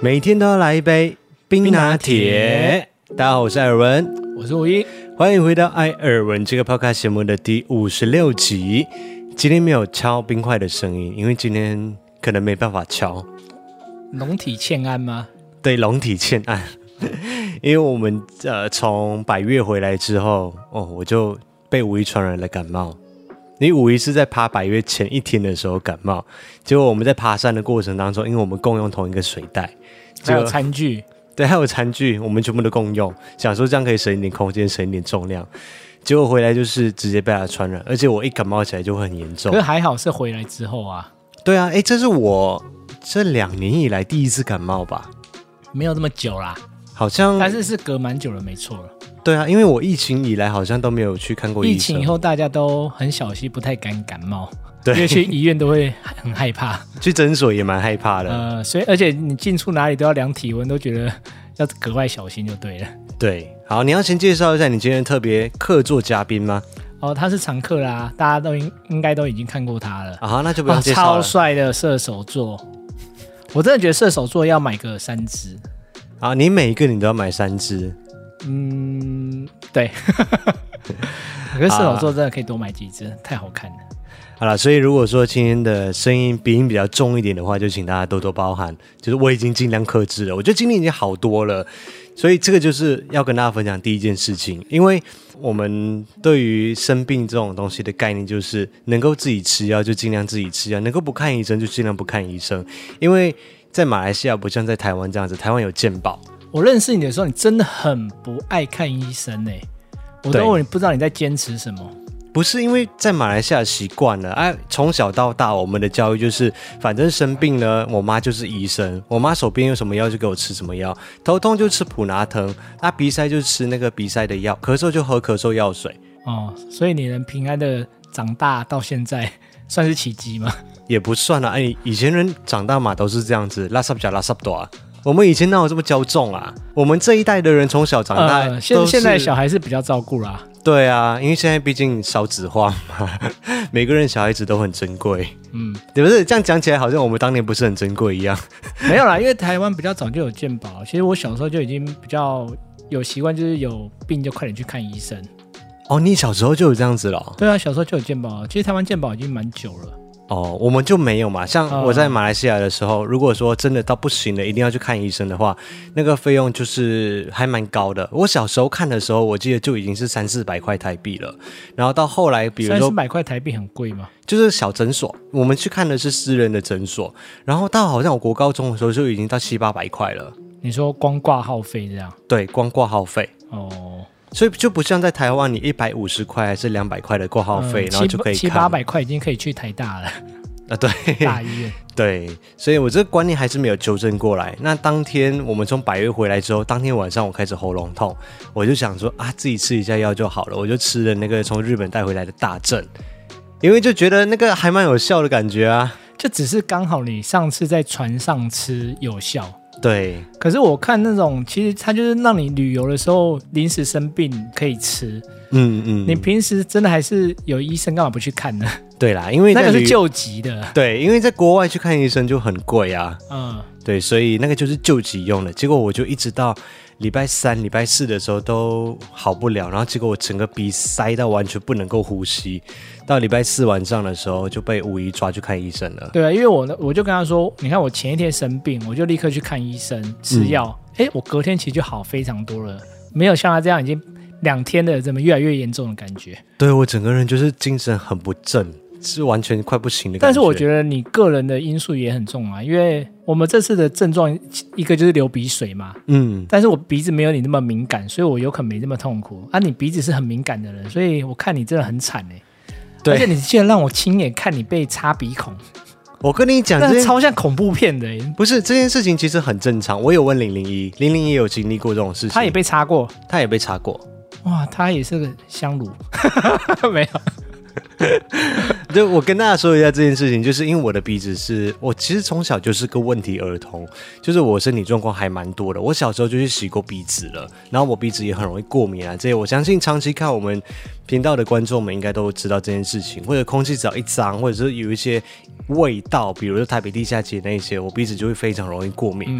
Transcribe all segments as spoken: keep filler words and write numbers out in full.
每天都要来一杯冰拿铁。大家好，我是艾尔文， 我是吴一， 欢迎回到艾尔文这个 podcast 节目的第五十六集。今天没有敲冰块的声音，因为今天可能没办法敲。 龙体欠安吗？ 对，龙体欠安。因为我们呃从百岳回来之后，哦，我就被五一传染了感冒。因为五一是在爬百岳前一天的时候感冒，结果我们在爬山的过程当中，因为我们共用同一个水袋， 还有餐具， 对，还有餐具，我们全部都共用，想说这样可以省一点空间，省一点重量。结果回来就是直接被他传染，而且我一感冒起来就会很严重。 可是还好是回来之后啊。 对啊，哎，这是我这两年以来第一次感冒吧？ 没有这么久啦， 好像， 但是是隔蛮久了，没错了。 对啊，因为我疫情以来好像都没有去看过医生。 疫情以后大家都很小心，不太敢感冒， 对， 因为去医院都会很害怕， 去诊所也蛮害怕的。 呃，所以而且你进出哪里都要量体温，都觉得要格外小心就对了。 对，好，你要先介绍一下你今天特别客座嘉宾吗？ 哦，他是常客啦，大家都应应该都已经看过他了。 啊，那就不用介绍了。 哦、超帅的射手座，我真的觉得射手座要买个三支。 啊，你每一个你都要买三支。 嗯，对。可是射手座真的可以多买几支，太好看了。 好了，所以如果说今天的声音鼻音比较重一点的话，就请大家多多包涵。就是我已经尽量克制了，我觉得今天已经好多了，所以这个就是要跟大家分享第一件事情。因为我们对于生病这种东西的概念，就是能够自己吃药就尽量自己吃药，能够不看医生就尽量不看医生。因为在马来西亚不像在台湾这样子，台湾有健保。 我认识你的时候，你真的很不爱看医生欸，我都问你不知道你在坚持什么。 不是因为在马来西亚习惯了，哎、啊，从小到大我们的教育就是，反正生病了，我妈就是医生，我妈手边有什么药就给我吃什么药，头痛就吃普拿疼，那、啊、鼻塞就吃那个鼻塞的药，咳嗽就喝咳嗽药水。 哦，所以你能平安的长大到现在，算是奇迹吗？ 也不算啦，哎，以前人长大嘛都是这样子，拉萨加拉萨多啊。我们以前哪有这么骄纵啊？我们这一代的人从小长大、呃， 现现在小孩是比较照顾啦。 对啊，因为现在毕竟少子化嘛，每个人小孩子都很珍贵。嗯，对不对？这样讲起来好像我们当年不是很珍贵一样。 没有啦，因为台湾比较早就有健保，其实我小时候就已经比较有习惯，就是有病就快点去看医生。 哦，你小时候就有这样子了、哦？ 对啊，小时候就有健保，其实台湾健保已经蛮久了。 哦，我们就没有嘛。像我在马来西亚的时候、呃、如果说真的到不行了一定要去看医生的话，那个费用就是还蛮高的。我小时候看的时候我记得就已经是三四百块台币了，然后到后来比如说三四百块台币很贵吗？ 就是小诊所，我们去看的是私人的诊所，然后到好像我国高中的时候就已经到七八百块了。 你说光挂号费这样？ 对，光挂号费。哦，所以就不像在台湾，你一百五十块还是两百块的挂号费、嗯，然后就可以看七八百块已经可以去台大了啊，对， 大医院。 对，所以我这个观念还是没有纠正过来。那当天我们从百岳回来之后，当天晚上我开始喉咙痛，我就想说啊，自己吃一下药就好了，我就吃了那个从日本带回来的大正，因为就觉得那个还蛮有效的感觉啊。 就只是刚好你上次在船上吃有效。 对， 可是我看那种，其实它就是让你旅游的时候临时生病可以吃。嗯嗯，你平时真的还是有医生，干嘛不去看呢？ 对啦，因为那个是救急的。 对，因为在国外去看医生就很贵啊。嗯，对，所以那个就是救急用的。结果我就一直到礼拜三、礼拜四的时候都好不了，然后结果我整个鼻塞到完全不能够呼吸。到礼拜四晚上的时候就被五一抓去看医生了。 对啊，因为我我就跟他说，你看我前一天生病，我就立刻去看医生吃药，哎、嗯，我隔天其实就好非常多了，没有像他这样已经两天的这么越来越严重的感觉。 对，我整个人就是精神很不振，是完全快不行的感觉。 但是我觉得你个人的因素也很重啊，因为我们这次的症状一个就是流鼻水嘛，嗯，但是我鼻子没有你那么敏感，所以我有可能没这么痛苦啊。你鼻子是很敏感的人，所以我看你真的很惨哎、欸。而且你竟然让我亲眼看你被插鼻孔， 我跟你讲， 这超像恐怖片的、欸。 不是，这件事情其实很正常。我有问零零一，零零一也有经历过这种事情， 他也被插过， 他也被插过。 哇，他也是个香炉，没有。 就我跟大家说一下这件事情，就是因为我的鼻子是我其实从小就是个问题儿童，就是我身体状况还蛮多的。我小时候就去洗过鼻子了，然后我鼻子也很容易过敏啊，这些我相信长期看我们频道的观众们应该都知道这件事情。或者空气只要一脏，或者是有一些味道，比如说台北地下街那些，我鼻子就会非常容易过敏。嗯，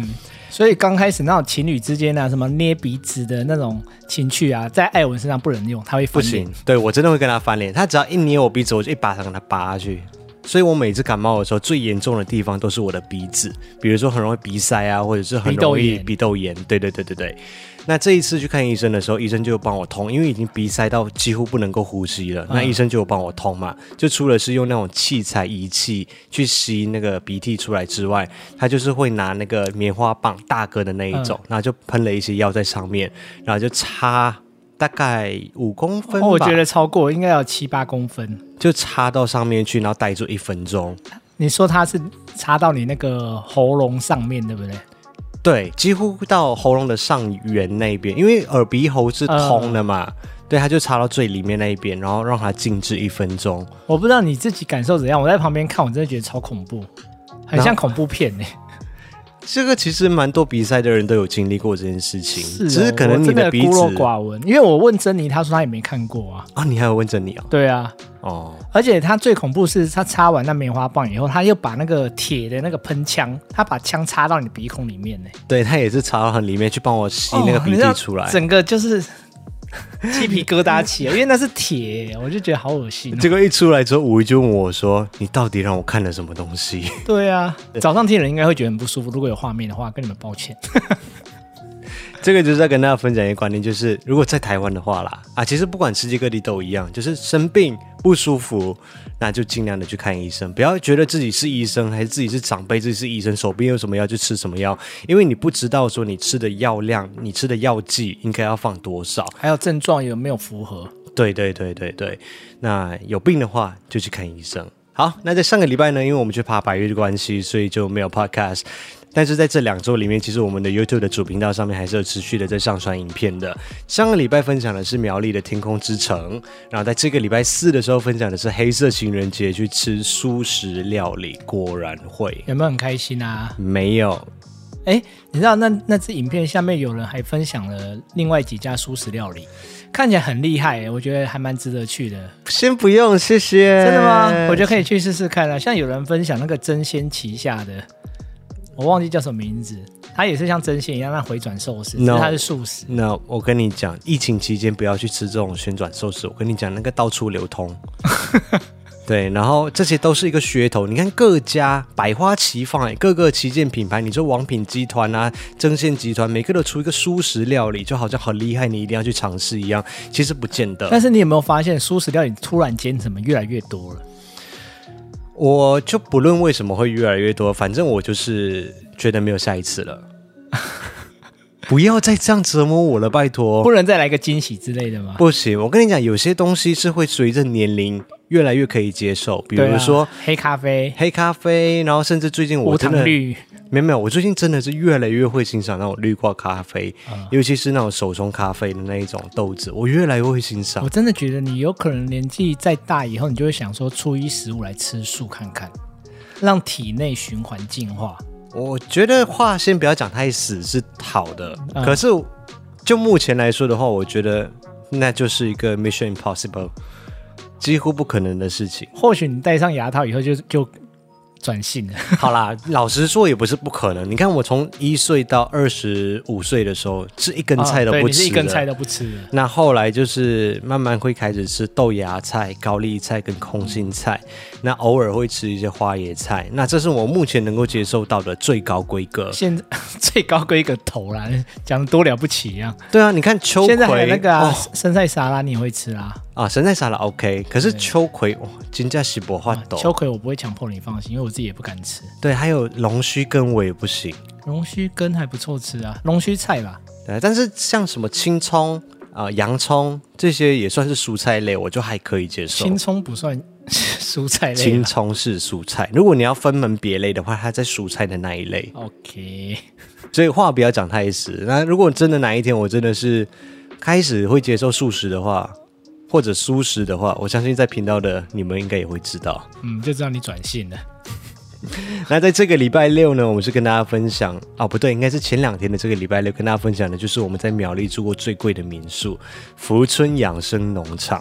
所以刚开始那种情侣之间啊，什么捏鼻子的那种情趣啊，在艾文身上不能用，他会翻脸。 不行，对我真的会跟他翻脸。他只要一捏我鼻子，我就一巴掌给他扒下去。所以我每次感冒的时候，最严重的地方都是我的鼻子，比如说很容易鼻塞啊，或者是很容易鼻窦炎。对对对对对。那这一次去看医生的时候，医生就帮我通，因为已经鼻塞到几乎不能够呼吸了。那医生就有帮我通嘛，就除了是用那种器材仪器去吸那个鼻涕出来之外，他就是会拿那个棉花棒大个的那一种，然后就喷了一些药在上面，然后就插大概五公分吧、 哦，我觉得超过，应该要七八公分， 就插到上面去，然后待住一分钟。 你说它是插到你那个喉咙上面，对不对？ 对，几乎到喉咙的上缘那边，因为耳鼻喉是通的嘛，呃、对，它就插到最里面那一边，然后让它静置一分钟。我不知道你自己感受怎样，我在旁边看，我真的觉得超恐怖，很像恐怖片欸。 这个其实蛮多比赛的人都有经历过这件事情， 是、哦、 只是可能你的鼻子孤陋寡闻。因为我问珍妮，她说她也没看过啊。 啊，你还有问珍妮啊？ 对啊， 哦， 而且她最恐怖是，她插完那棉花棒以后，她又把那个铁的那个喷枪，她把枪插到你鼻孔里面呢。 对，她也是插到很里面去帮我吸那个鼻涕出来， 哦、整个就是鸡皮疙瘩起来，因为那是铁，我就觉得好恶心、哦。 结果一出来之后，吴就问我说：“你到底让我看了什么东西？” 对啊，早上听人应该会觉得很不舒服。如果有画面的话，跟你们抱歉。 这个就是在跟大家分享一个观念，就是如果在台湾的话啦，啊，其实不管世界各地都一样，就是生病不舒服，那就尽量的去看医生，不要觉得自己是医生，还是自己是长辈，自己是医生，手边有什么药就吃什么药，因为你不知道说你吃的药量，你吃的药剂应该要放多少， 还有症状有没有符合。 对对对对对，那有病的话就去看医生。好，那在上个礼拜呢，因为我们去爬百岳的关系，所以就没有 podcast。但是在这两周里面，其实我们的 YouTube 的主频道上面还是有持续的在上传影片的。上个礼拜分享的是苗栗的天空之城，然后在这个礼拜四的时候分享的是黑色情人节去吃蔬食料理，果然会有没有很开心啊？ 没有。 哎，你知道那那支影片下面有人还分享了另外几家蔬食料理，看起来很厉害，我觉得还蛮值得去的。 先不用，谢谢。 真的吗？我觉得可以去试试看啊。像有人分享那个真鲜旗下的，我忘记叫什么名字，它也是像真鲜一样那回转寿司， no, 只是它是素食。 那 no, 我跟你讲，疫情期间不要去吃这种旋转寿司。我跟你讲，那个到处流通。对，然后这些都是一个噱头。你看各家百花齐放，各个旗舰品牌，你说王品集团啊、真鲜集团，每个都出一个蔬食料理，就好像很厉害，你一定要去尝试一样。其实不见得。 但是你有没有发现，蔬食料理突然间怎么越来越多了？ 我就不论为什么会越来越多，反正我就是觉得没有下一次了。不要再这样折磨我了，拜托！ 不能再来个惊喜之类的吗？ 不行，我跟你讲，有些东西是会随着年龄越来越可以接受，比如说、 啊、黑咖啡、 黑咖啡，然后甚至最近我真的无糖绿， 没有没有，我最近真的是越来越会欣赏那种绿挂咖啡、嗯，尤其是那种手冲咖啡的那一种豆子，我越来越会欣赏。 我真的觉得你有可能年纪再大以后，你就会想说初一十五来吃素看看，让体内循环净化。 我觉得话先不要讲太死是好的、嗯，可是就目前来说的话，我觉得那就是一个 Mission Impossible， 几乎不可能的事情。 或许你戴上牙套以后就就转性了。 好啦，老实说也不是不可能。你看我从一岁到二十五岁的时候，是一根菜都不吃的、哦、 对，你是一根菜都不吃的。 那后来就是慢慢会开始吃豆芽菜、高丽菜跟空心菜，那偶尔会吃一些花椰菜。那这是我目前能够接受到的最高规格。现在最高规格头啦，讲得多了不起一样。 对啊，你看秋葵， 现在还有那个、啊哦、生菜沙拉，你也会吃啦。 啊，生菜沙拉 OK， 可是秋葵哇，真的是没办法。 秋葵我不会强迫你放心，因为我自己也不敢吃。 对，还有龙须根我也不行。 龙须根还不错吃啊，龙须菜吧。 对，但是像什么青葱啊、呃、洋葱这些也算是蔬菜类，我就还可以接受。 青葱不算蔬菜类。 青葱是蔬菜，如果你要分门别类的话，它在蔬菜的那一类。 OK。 所以话不要讲太死。那如果真的哪一天我真的是开始会接受素食的话，或者蔬食的话，我相信在频道的你们应该也会知道， 嗯，就知道你转性了。 那在这个礼拜六呢，我们是跟大家分享哦，不对，应该是前两天的这个礼拜六跟大家分享的，就是我们在苗栗住过最贵的民宿——福村养生农场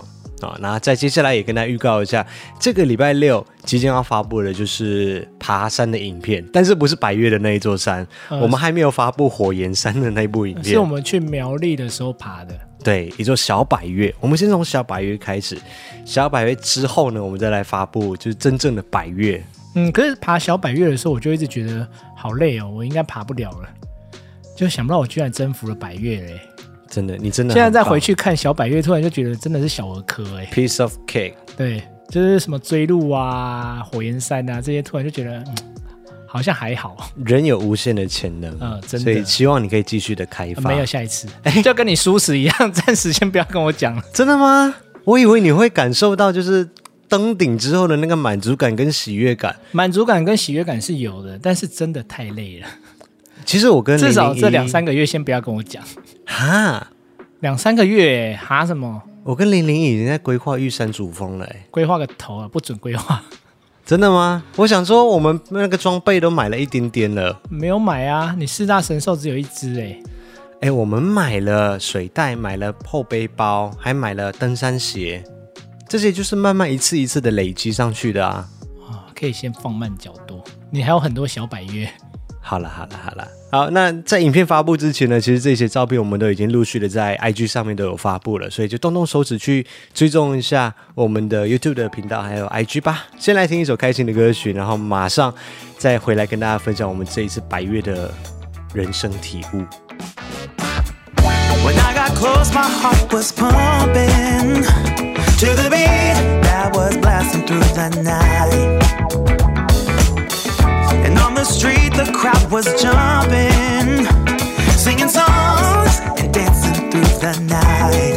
啊，然后再接下来也跟大家预告一下，这个礼拜六即将要发布的就是爬山的影片，但是不是百岳的那一座山，呃、我们还没有发布火焰山的那部影片， 是我们去苗栗的时候爬的。 对，一座小百岳，我们先从小百岳开始，小百岳之后呢，我们再来发布就是真正的百岳。 嗯，可是爬小百岳的时候，我就一直觉得好累哦，我应该爬不了了，就想不到我居然征服了百岳嘞。 真的，你真的现在再回去看小百岳，突然就觉得真的是小儿科哎 ，piece of cake。 对，就是什么追路啊、火焰山啊这些，突然就觉得、嗯、好像还好。 人有无限的潜能，嗯，真的，所以希望你可以继续的开发。 没有下一次，就跟你舒适一样，暂时先不要跟我讲了。 真的吗？我以为你会感受到就是登顶之后的那个满足感跟喜悦感。 满足感跟喜悦感是有的，但是真的太累了。 其实我跟至少这两三个月先不要跟我讲哈， 两三个月哈什么？ 我跟玲玲已经在规划玉山主峰了， 规划个头啊，不准规划。 真的吗？我想说我们那个装备都买了一点点了。 没有买啊，你四大神兽只有一只哎。 哎，我们买了水袋，买了后背包，还买了登山鞋，这些就是慢慢一次一次的累积上去的啊。 啊，可以先放慢角度，你还有很多小百岳。 好了好了好了，好，那在影片发布之前呢，其实这些照片我们都已经陆续的在 I G 上面都有发布了，所以就动动手指去追踪一下我们的 YouTube 的频道还有 I G 吧。先来听一首开心的歌曲，然后马上再回来跟大家分享我们这一次百岳的人生体悟。When I got close, my heart was pumping to the beat that was blasting through the night.And on the street, the crowd was jumping, singing songs and dancing through the night.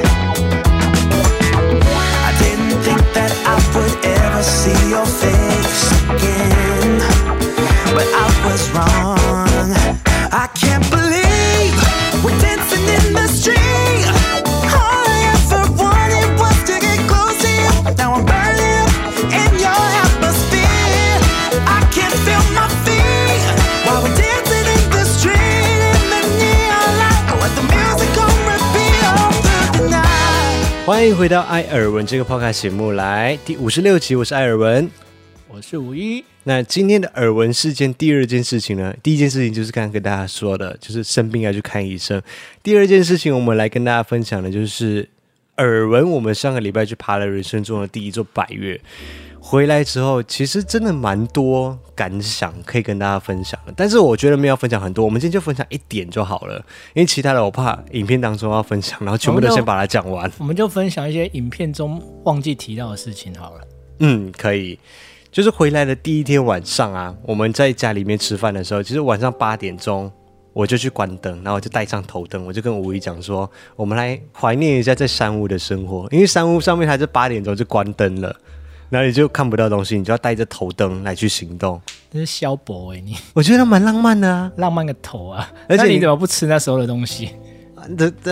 I didn't think that I would ever see your face again, but I was wrong. I can't believe we're dancing in the street. All I ever wanted was to get close to you. Now I'm burning up in your atmosphere. I can't feel my feet.While we're dancing in the street in the neon light, let the music come reveal through the night. 欢迎回到艾尔文这个 podcast 节目来第五十六集，我是艾尔文， 我是五一。 那今天的耳闻事件，第二件事情呢，第一件事情就是刚刚跟大家说的，就是生病要去看医生。第二件事情，我们来跟大家分享的就是耳闻，我们上个礼拜去爬了人生中的第一座百岳。回来之后，其实真的蛮多感想可以跟大家分享的，但是我觉得没有分享很多，我们今天就分享一点就好了，因为其他的我怕影片当中要分享，然后全部都先把它讲完。 我们就分享一些影片中忘记提到的事情好了。 嗯，可以。就是回来的第一天晚上啊，我们在家里面吃饭的时候，其实晚上八点钟我就去关灯，然后我就带上头灯，我就跟吴姨讲说，我们来怀念一下在山屋的生活，因为山屋上面它是八点钟就关灯了。然后你就看不到东西，你就要带着头灯来去行动。 这是萧伯哎，你我觉得蛮浪漫的啊， 浪漫个头啊！而且你怎么不吃那时候的东西？ 这这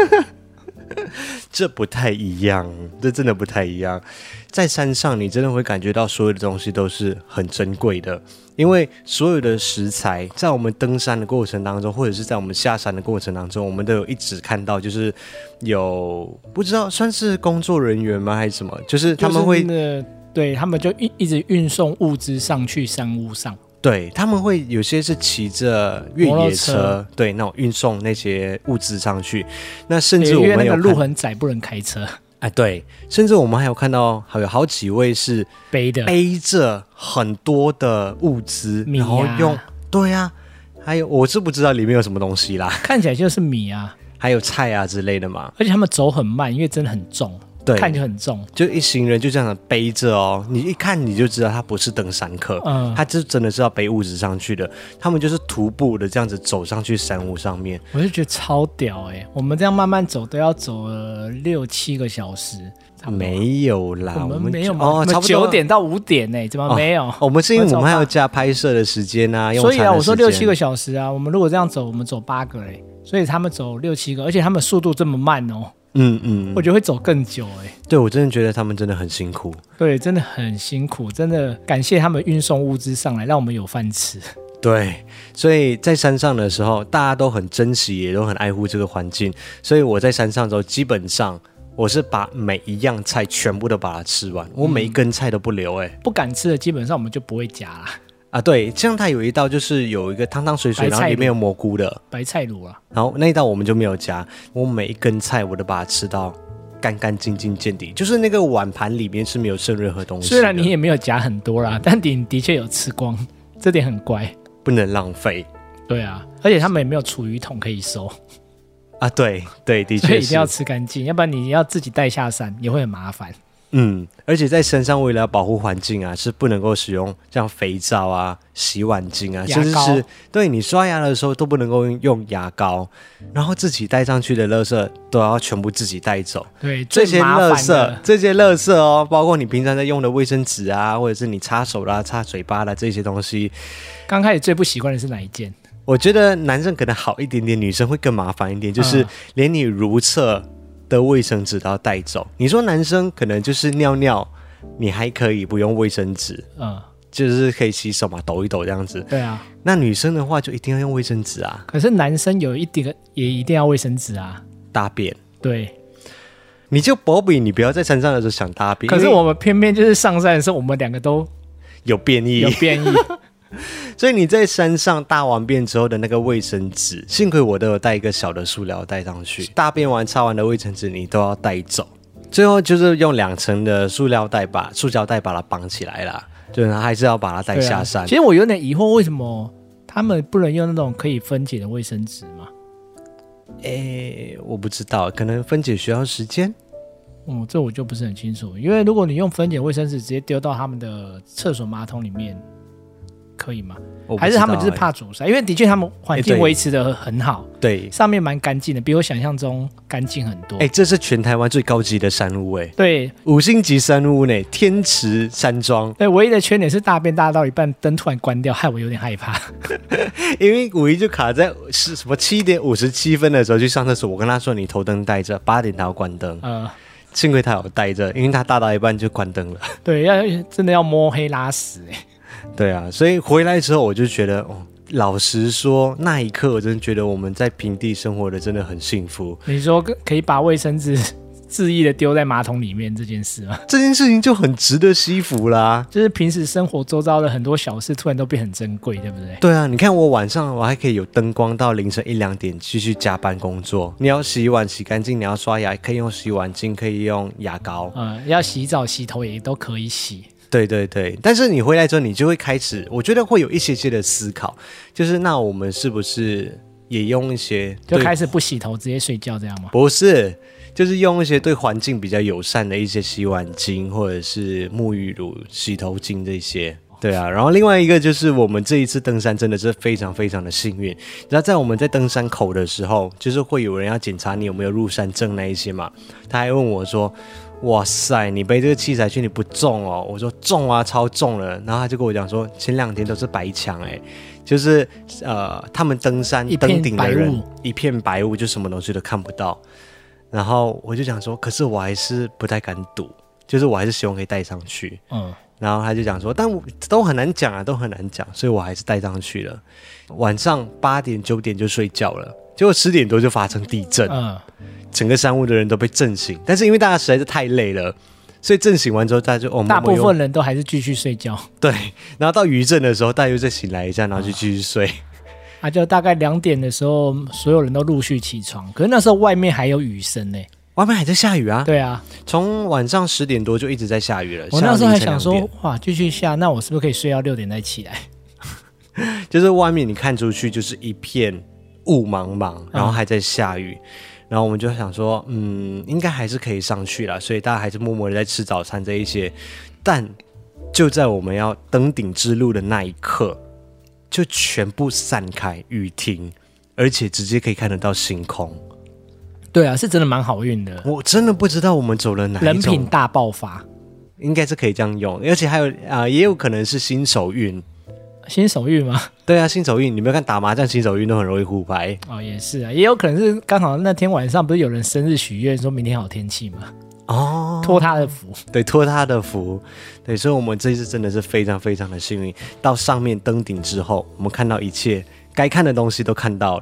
这不太一样，这真的不太一样。在山上，你真的会感觉到所有的东西都是很珍贵的，因为所有的食材在我们登山的过程当中，或者是在我们下山的过程当中，我们都有一直看到，就是有不知道算是工作人员吗还是什么，就是他们会、 就是、对他们就一一直运送物资上去山屋上。 对，他们会有些是骑着越野车，对，那种运送那些物资上去。那甚至我们有看， 因为那个路很窄，不能开车。 哎，对，甚至我们还有看到，还有好几位是背的， 背着很多的物资，米啊、然后用，对啊，还有我是不知道里面有什么东西啦， 看起来就是米啊， 还有菜啊之类的嘛。 而且他们走很慢，因为真的很重。对，看就很重， 就一行人就这样背着哦，你一看你就知道他不是登山客，嗯，他就真的是要背物质上去的。他们就是徒步的这样子走上去山屋上面， 我就觉得超屌哎、欸！我们这样慢慢走都要走了六七个小时， 没有啦， 我们没有哦， 我们九点到五点呢、欸，怎么没有、哦？ 我们是因为我们还要加拍摄的时间啊，用餐的时间。 所以啊，我说六七个小时啊，我们如果这样走，我们走八个嘞、欸，所以他们走六七个，而且他们速度这么慢哦。嗯嗯，我觉得会走更久哎、欸。 对，我真的觉得他们真的很辛苦。 对，真的很辛苦，真的感谢他们运送物资上来，让我们有饭吃。 对，所以在山上的时候，大家都很珍惜，也都很爱护这个环境。所以我在山上的时候，基本上我是把每一样菜全部都把它吃完，我每一根菜都不留、欸。哎、嗯， 不敢吃的基本上我们就不会夹啦。 啊，对，像它有一道就是有一个汤汤水水，然后里面有蘑菇的白菜卤啊， 然后那一道我们就没有夹，我每一根菜我都把它吃到干干净净见底，就是那个碗盘里面是没有剩任何东西的。 虽然你也没有夹很多啦，但你的确有吃光，这点很乖， 不能浪费。 对啊，而且他们也没有厨余桶可以收啊，对对，的确是， 所以一定要吃干净，要不然你要自己带下山也会很麻烦。 嗯，而且在山上为了要保护环境啊，是不能够使用像肥皂啊、洗碗巾啊，甚至是对你刷牙的时候都不能够用牙膏，然后自己带上去的垃圾都要全部自己带走。 对， 这些垃圾，这些垃圾哦，包括你平常在用的卫生纸啊，或者是你擦手啦、擦嘴巴啦这些东西。 刚开始最不习惯的是哪一件？ 我觉得男生可能好一点点，女生会更麻烦一点，就是连你如厕的卫生纸都要带走。你说男生可能就是尿尿，你还可以不用卫生纸，嗯，就是可以洗手嘛，抖一抖这样子。 对啊， 那女生的话就一定要用卫生纸啊。 可是男生有一点也一定要卫生纸啊， 大便。 对， 你就保比你不要在山上的时候想大便。 可是我们偏偏就是上山的时候，我们两个都有便意， 有便意。 所以你在山上大完便之后的那个卫生纸，幸亏我都有带一个小的塑料袋上去，大便完擦完的卫生纸你都要带走。最后就是用两层的塑料袋把塑胶袋把它绑起来啦，就是还是要把它带下山、 啊。其实我有点疑惑，为什么他们不能用那种可以分解的卫生纸吗？ 诶，我不知道，可能分解需要时间。 嗯，这我就不是很清楚，因为如果你用分解卫生纸直接丢到他们的厕所马桶里面。可以吗？还是他们就是怕阻塞？因为的确他们环境维持得很好， 对， 上面蛮干净的，比我想象中干净很多。 哎，这是全台湾最高级的山屋哎， 对， 五星级山屋呢，天池山庄。 对，唯一的缺点是大便大到一半灯突然关掉，害我有点害怕。 因为五一就卡在是什么七点五十七分的时候去上厕所，我跟他说你头灯带着，八点他要关灯。嗯。幸亏他有带着，因为他大到一半就关灯了。 对，要真的要摸黑拉屎哎。 对啊，所以回来之后我就觉得，哦，老实说，那一刻我真的觉得我们在平地生活的真的很幸福。 你说可以把卫生纸恣意的丢在马桶里面这件事吗？ 这件事情就很值得惜福啦。 就是平时生活周遭的很多小事，突然都变很珍贵，对不对？ 对啊，你看我晚上我还可以有灯光到凌晨一两点继续加班工作。你要洗碗洗干净，你要刷牙可以用洗碗巾，可以用牙膏。 嗯，要洗澡洗头也都可以洗。 对对对，但是你回来之后，你就会开始，我觉得会有一些些的思考，就是那我们是不是也用一些， 就开始不洗头直接睡觉这样吗？ 不是，就是用一些对环境比较友善的一些洗碗巾或者是沐浴乳、洗头巾这些。对啊，然后另外一个就是我们这一次登山真的是非常非常的幸运。你知道在我们在登山口的时候，就是会有人要检查你有没有入山证那一些嘛，他还问我说，哇塞，你背这个器材去你不重哦？我说重啊，超重了。然后他就跟我讲说，前两天都是白墙哎，就是呃，他们登山登顶的人一片白雾，就什么东西都看不到。然后我就讲说，可是我还是不太敢赌，就是我还是希望可以带上去。嗯。然后他就讲说，但都很难讲啊，都很难讲，所以我还是带上去了。晚上八点九点就睡觉了，结果十点多就发生地震。嗯。整个山屋的人都被震醒，但是因为大家实在是太累了，所以震醒完之后，大家就哦， 大部分人都还是继续睡觉。 对，然后到余震的时候，大家又再醒来一下，然后就继续睡。 啊，就大概两点的时候，所有人都陆续起床，可是那时候外面还有雨声呢， 外面还在下雨啊。 对啊， 从晚上十点多就一直在下雨了。 我那时候还想说，哇，继续下，那我是不是可以睡到六点再起来？ 就是外面你看出去就是一片雾茫茫，然后还在下雨。嗯，然后我们就想说，嗯，应该还是可以上去啦，所以大家还是默默的在吃早餐这一些。但就在我们要登顶之路的那一刻，就全部散开，雨停，而且直接可以看得到星空。 对啊，是真的蛮好运的。 我真的不知道我们走了哪一种人品大爆发， 应该是可以这样用，而且还有啊、呃，也有可能是新手运。 新手运吗？ 对啊，新手运，你没有看打麻将新手运都很容易互拍哦，也是啊，也有可能是刚好那天晚上不是有人生日许愿说明天好天气吗？哦，托他的福， 对，托他的福，对，所以我们这一次真的是非常非常的幸运，到上面登顶之后，我们看到一切该看的东西都看到了，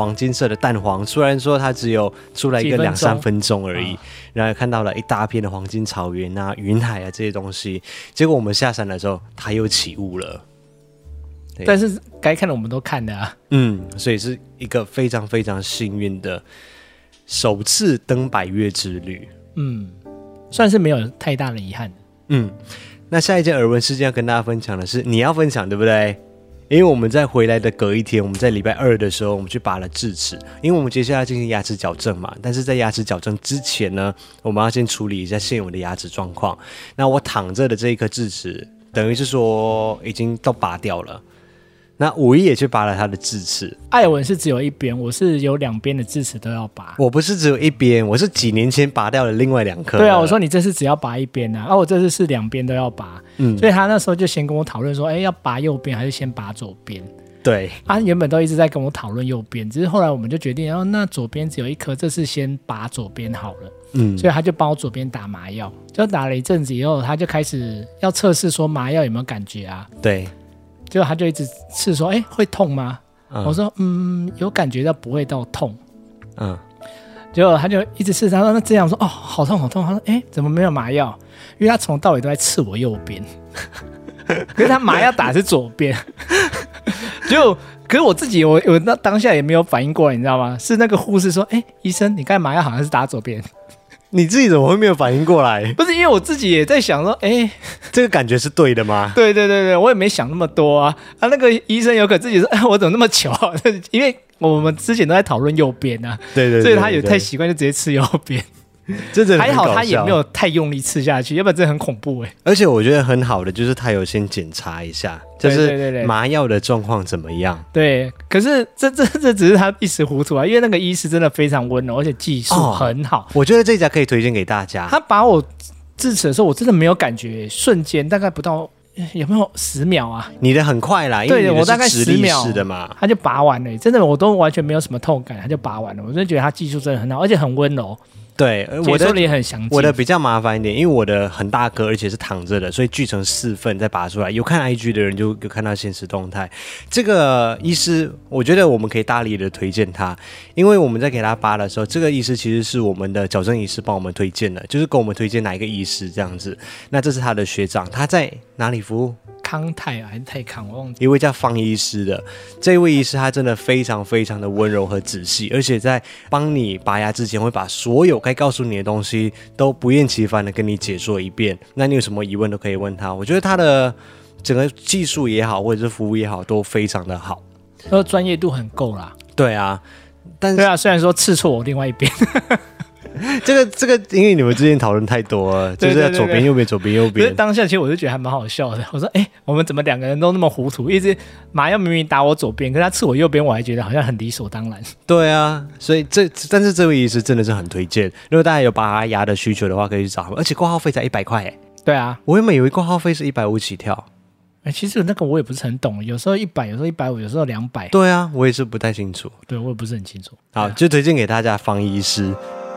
黄金色的蛋黄，虽然说它只有出来一个两三分钟而已，然后看到了一大片的黄金草原啊、云海啊这些东西，结果我们下山的时候，它又起雾了。 但是该看的我们都看了啊。 嗯，所以是一个非常非常幸运的首次登百岳之旅。 嗯，算是没有太大的遗憾。 嗯，那下一件耳闻事件要跟大家分享的是，你要分享对不对？因为我们在回来的隔一天，我们在礼拜二的时候，我们去拔了智齿，因为我们接下来要进行牙齿矫正嘛。但是在牙齿矫正之前呢，我们要先处理一下现有的牙齿状况。那我躺着的这一颗智齿，等于是说已经都拔掉了。那五一也去拔了他的智齿， 艾文是只有一边，我是有两边的智齿都要拔。 我不是只有一边，我是几年前拔掉了另外两颗。 对啊，我说你这次只要拔一边啊，啊我这次是两边都要拔。嗯，所以他那时候就先跟我讨论说，哎，要拔右边还是先拔左边？ 对， 他原本都一直在跟我讨论右边，只是后来我们就决定，然后那左边只有一颗，这次先拔左边好了。嗯，所以他就帮我左边打麻药，就打了一阵子以后，他就开始要测试说麻药有没有感觉啊？ 对。 结果他就一直试说，哎，会痛吗？嗯、我说，嗯，有感觉到不会到痛。嗯，结果他就一直试，他说那这样说，哦，好痛好痛。他说，哎，怎么没有麻药？因为他从头到尾都在刺我右边，可是他麻药打的是左边。就可是我自己，我我那当下也没有反应过来，你知道吗？是那个护士说，哎，医生，你刚才麻药好像是打左边。 你自己怎么会没有反应过来？ 不是因为我自己也在想说，哎， 这个感觉是对的吗？ 对对对对，我也没想那么多啊。啊，那个医生有可能自己说，哎，我怎么那么糗啊？因为我们之前都在讨论右边啊， 对 对, 对, 对, 对， 所以他也太习惯就直接吃右边。 这真的还好他也没有太用力刺下去，要不然真的很恐怖哎、欸。 而且我觉得很好的就是他有先检查一下，就是麻药的状况怎么样。 对，可是这这这只是他一时糊涂啊，因为那个医师真的非常温柔，而且技术很好、哦。 我觉得这家可以推荐给大家。 他把我智齿的时候，我真的没有感觉，瞬间大概不到有没有十秒啊？ 你的很快啦，因为你的是直立式的嘛， 他就拔完了，真的我都完全没有什么痛感，他就拔完了。我真的觉得他技术真的很好，而且很温柔。 对，我的也很详尽。 我的比较麻烦一点，因为我的很大颗，而且是躺着的，所以锯成四份再拔出来。有看 I G 的人就有看到现实动态。这个医师，我觉得我们可以大力的推荐他，因为我们在给他拔的时候，这个医师其实是我们的矫正医师帮我们推荐的，就是跟我们推荐哪一个医师这样子。那这是他的学长，他在哪里服务？ 康泰还是泰康，我忘记。 一位叫方医师的，这位医师他真的非常非常的温柔和仔细，而且在帮你拔牙之前会把所有该告诉你的东西都不厌其烦的跟你解说一遍。那你有什么疑问都可以问他。我觉得他的整个技术也好，或者是服务也好，都非常的好， 呃，专业度很够啦。 对啊，但是对啊，虽然说刺错我另外一边。 这个这个，因为你们之前讨论太多了，就是在左边右边左边右边。 可是当下其实我就觉得还蛮好笑的。我说，哎、欸，我们怎么两个人都那么糊涂？一直麻药明明打我左边，可是他刺我右边，我还觉得好像很理所当然。 对啊，所以这但是这位医师真的是很推荐，如果大家有拔牙的需求的话，可以去找他们，而且挂号费才一百块哎。 对啊， 我原本以为挂号费是一百五起跳。 哎、欸，其实那个我也不是很懂，有时候一百，有时候一百五，有时候两百。 对啊，我也是不太清楚。 对，我也不是很清楚。 好，就推荐给大家方医师。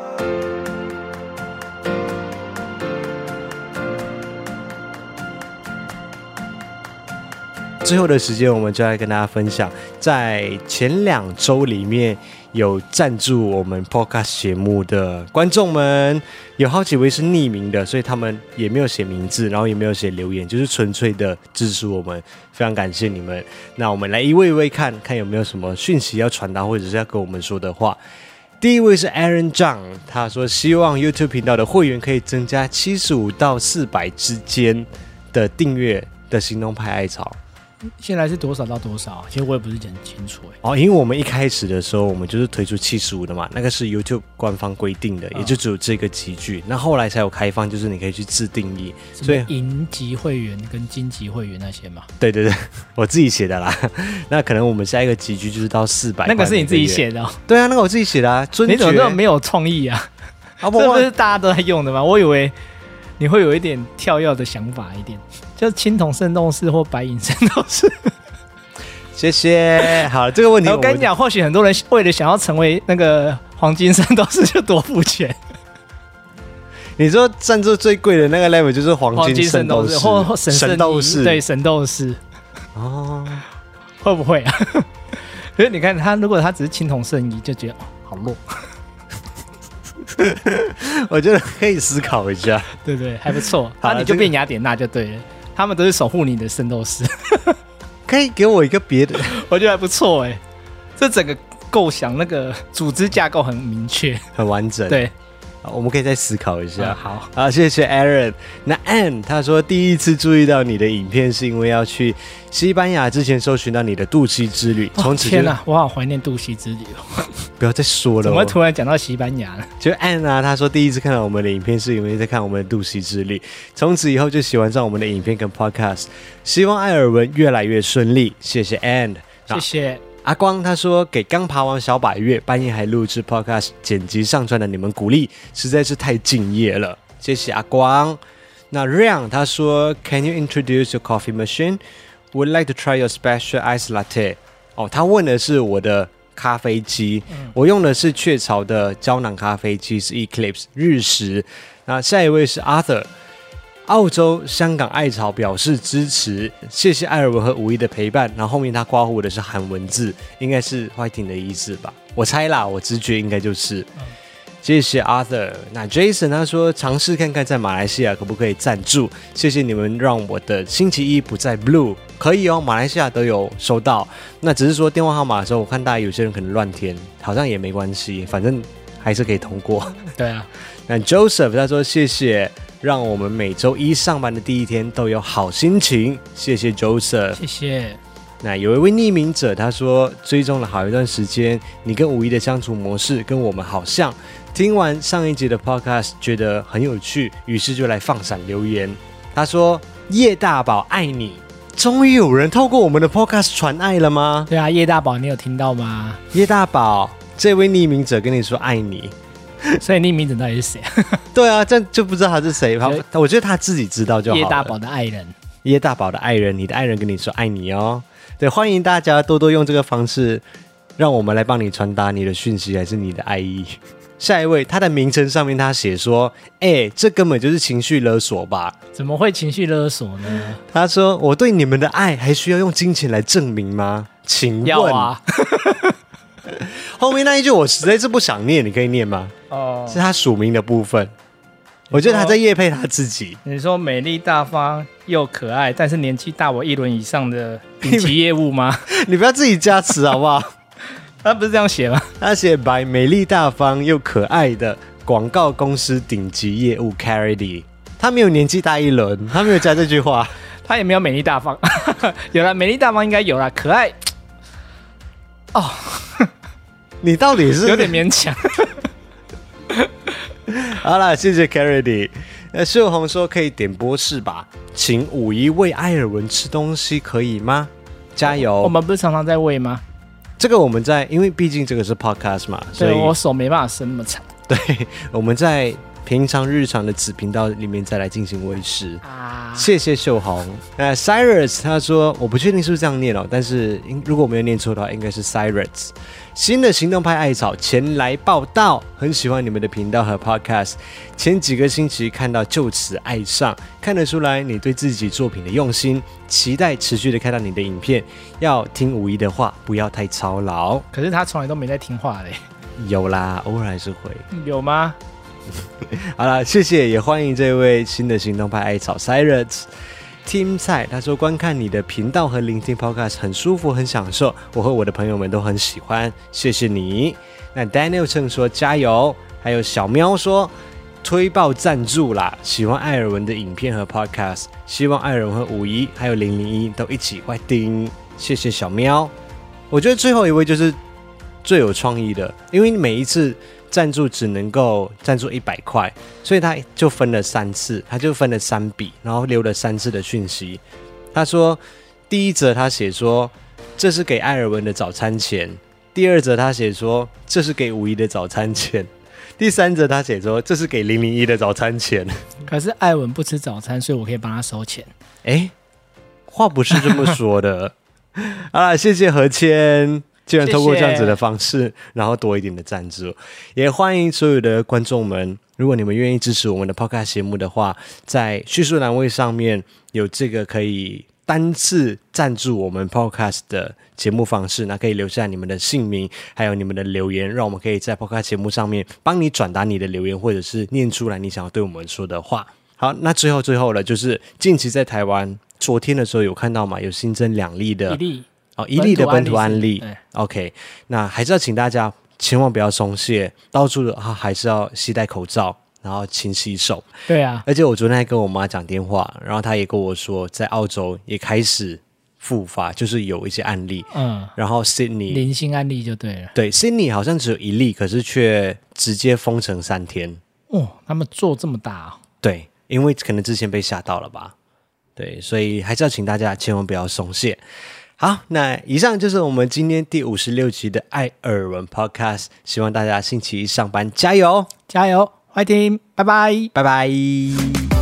最后的时间，我们就来跟大家分享，在前两周里面有赞助我们 Podcast 节目的观众们，有好几位是匿名的，所以他们也没有写名字，然后也没有写留言，就是纯粹的支持我们，非常感谢你们。那我们来一位一位看看有没有什么讯息要传达，或者是要跟我们说的话。第一位是 Aaron Zhang， 他说希望 YouTube 频道的会员可以增加七十五到四百之间的订阅的行动派艾草。 现在是多少到多少？其实我也不是很清楚哎。 哦，因为我们一开始的时候，我们就是推出七十五的嘛，那个是 YouTube 官方规定的，也就只有这个集聚。那后来才有开放，就是你可以去自定义。 所以银级会员跟金级会员那些嘛。 对对对，我自己写的啦。那可能我们下一个集聚就是到四百。 那个是你自己写的哦？ 对啊，那个我自己写的啊。 你怎么那么没有创意啊？这不是大家都在用的吗？我以为你会有一点跳跃的想法一点，就青铜圣斗士或白银圣斗士。 谢谢。好，这个问题 我, 我跟你讲，或许很多人为了想要成为那个黄金圣斗士就多付钱。 你说赞助最贵的那个 level 就是黄金圣斗士或或神神斗士， 对神斗士。 哦， 会不会啊？ 所以你看他，如果他只是青铜圣衣，就觉得哦好弱。 我觉得可以思考一下， 对对，还不错。那、啊、你就变雅典娜就对了，他们都是守护你的圣斗士。 可以给我一个别的， 我觉得还不错哎。这整个构想那个组织架构很明确， 很完整。 对。 我们可以再思考一下。 嗯、好， 好，谢谢 Aaron。那 Anne 他说第一次注意到你的影片是因为要去西班牙之前搜寻到你的杜西之旅，从、哦、此天哪，我好怀念杜西之旅哦！ 不要再说了， 怎么会突然讲到西班牙了？ 就 Anne 啊，他说第一次看到我们的影片是因为在看我们的杜西之旅，从此以后就喜欢上我们的影片跟 Podcast， 希望艾尔文越来越顺利。谢谢 Anne， 谢谢。 阿光他说给刚爬完小百岳半夜还录制 podcast 剪辑上传的你们鼓励实在是太敬业了，谢谢阿光。那 Ryan 他说 Can you introduce your coffee machine? Would like to try your special ice latte. 哦，他问的是我的咖啡机、嗯、我用的是雀巢的胶囊咖啡机，是 Eclipse 日食。那下一位是 Arthur，澳洲、香港爱草表示支持，谢谢艾尔文和五一的陪伴。然后后面他括弧的是韩文字，应该是 fighting 的意思吧？我猜啦，我直觉应该就是。嗯、谢谢 Arthur。那 Jason 他说尝试看看在马来西亚可不可以赞助，谢谢你们让我的星期一不再 blue。可以哦，马来西亚都有收到。那只是说电话号码的时候，我看大家有些人可能乱填，好像也没关系，反正还是可以通过。 对啊。 那 Joseph 他说谢谢。让我们每周一上班的第一天都有好心情，谢谢 Joseph， 谢谢。 那有一位匿名者他说追踪了好一段时间，你跟五一的相处模式跟我们好像，听完上一集的 podcast 觉得很有趣，于是就来放闪留言。他说叶大宝爱你，终于有人透过我们的 podcast 传爱了吗？ 对啊，叶大宝你有听到吗？ 叶大宝，这位匿名者跟你说爱你， 所以匿名者到底是谁？ 对啊，这就不知道他是谁。我觉得他自己知道就好了。 叶大宝的爱人， 叶大宝的爱人，你的爱人跟你说爱你哦。对，欢迎大家多多用这个方式，让我们来帮你传达你的讯息还是你的爱意。下一位，他的名称上面他写说：“哎、欸，这根本就是情绪勒索吧？ 怎么会情绪勒索呢？” 他说：“我对你们的爱还需要用金钱来证明吗？请问。” 要啊。 后面那一句我实在是不想念，你可以念吗？哦，是他署名的部分。我觉得他在业配他自己。 你说美丽大方又可爱，但是年纪大我一轮以上的顶级业务吗？ 你不要自己加词好不好？ 他不是这样写吗？ 他写 by 美丽大方又可爱的广告公司顶级业务 Carity。他没有年纪大一轮，他没有加这句话， 他也没有美丽大方。有啦，美丽大方应该有啦，可爱。哦， 你到底是有点勉强。 好啦，谢谢 Carity。那秀红说可以点播是吧？请五一喂艾尔文吃东西可以吗？加油！ 我们不是常常在喂吗？ 这个我们在，因为毕竟这个是 podcast 嘛，所以我手没办法伸那么长。 对，我们在平常日常的子频道里面再来进行喂食啊。谢谢秀红。那 Cyrus 他说我不确定是不是这样念哦，但是如果我没有念错的话，应该是 Cyrus。新的行动派艾草前来报道，很喜欢你们的频道和 podcast。前几个星期看到就此爱上，看得出来你对自己作品的用心，期待持续的看到你的影片。要听五一的话，不要太操劳。 可是他从来都没在听话嘞。 有啦，偶尔还是会。 有吗？ 好啦，谢谢，也欢迎这位新的行动派艾草 Cyrus。Team 菜他说观看你的频道和聆听 podcast 很舒服很享受，我和我的朋友们都很喜欢，谢谢你。那 Daniel 正说加油，还有小喵说推爆赞助啦，喜欢艾尔文的影片和 podcast， 希望艾尔文和五一还有零零一都一起快订，谢谢小喵。我觉得最后一位就是最有创意的，因为每一次赞助只能够赞助一百块，所以他就分了三次，他就分了三笔，然后留了三次的讯息。他说，第一则他写说这是给艾尔文的早餐钱，第二则他写说这是给五一的早餐钱，第三则他写说这是给零零一的早餐钱。 可是艾文不吃早餐，所以我可以帮他收钱。 哎，话不是这么说的。好啦，谢谢何谦。既然透过这样子的方式，谢谢，然后多一点的赞助，也欢迎所有的观众们，如果你们愿意支持我们的 podcast 节目的话，在叙述栏位上面有这个可以单次赞助我们 Podcast 的节目方式，那可以留下你们的姓名还有你们的留言，让我们可以在 Podcast 节目上面帮你转达你的留言，或者是念出来你想要对我们说的话。好，那最后最后了，就是近期在台湾昨天的时候有看到嘛，有新增两例的一例哦，一例的本土案例。OK， 那还是要请大家千万不要松懈，到处的、啊、还是要携带口罩，然后勤洗手。 对啊， 而且我昨天还跟我妈讲电话，然后她也跟我说，在澳洲也开始复发，就是有一些案例。嗯，然后 Sydney 零星案例就对了。 对 ，Sydney 好像只有一例，可是却直接封城三天。 哦，他们做这么大、哦？ 对，因为可能之前被吓到了吧。对，所以还是要请大家千万不要松懈。好，那以上就是我们今天第五十六集的艾尔文 Podcast， 希望大家星期一上班加油， 加油，fighting，拜拜， 拜拜。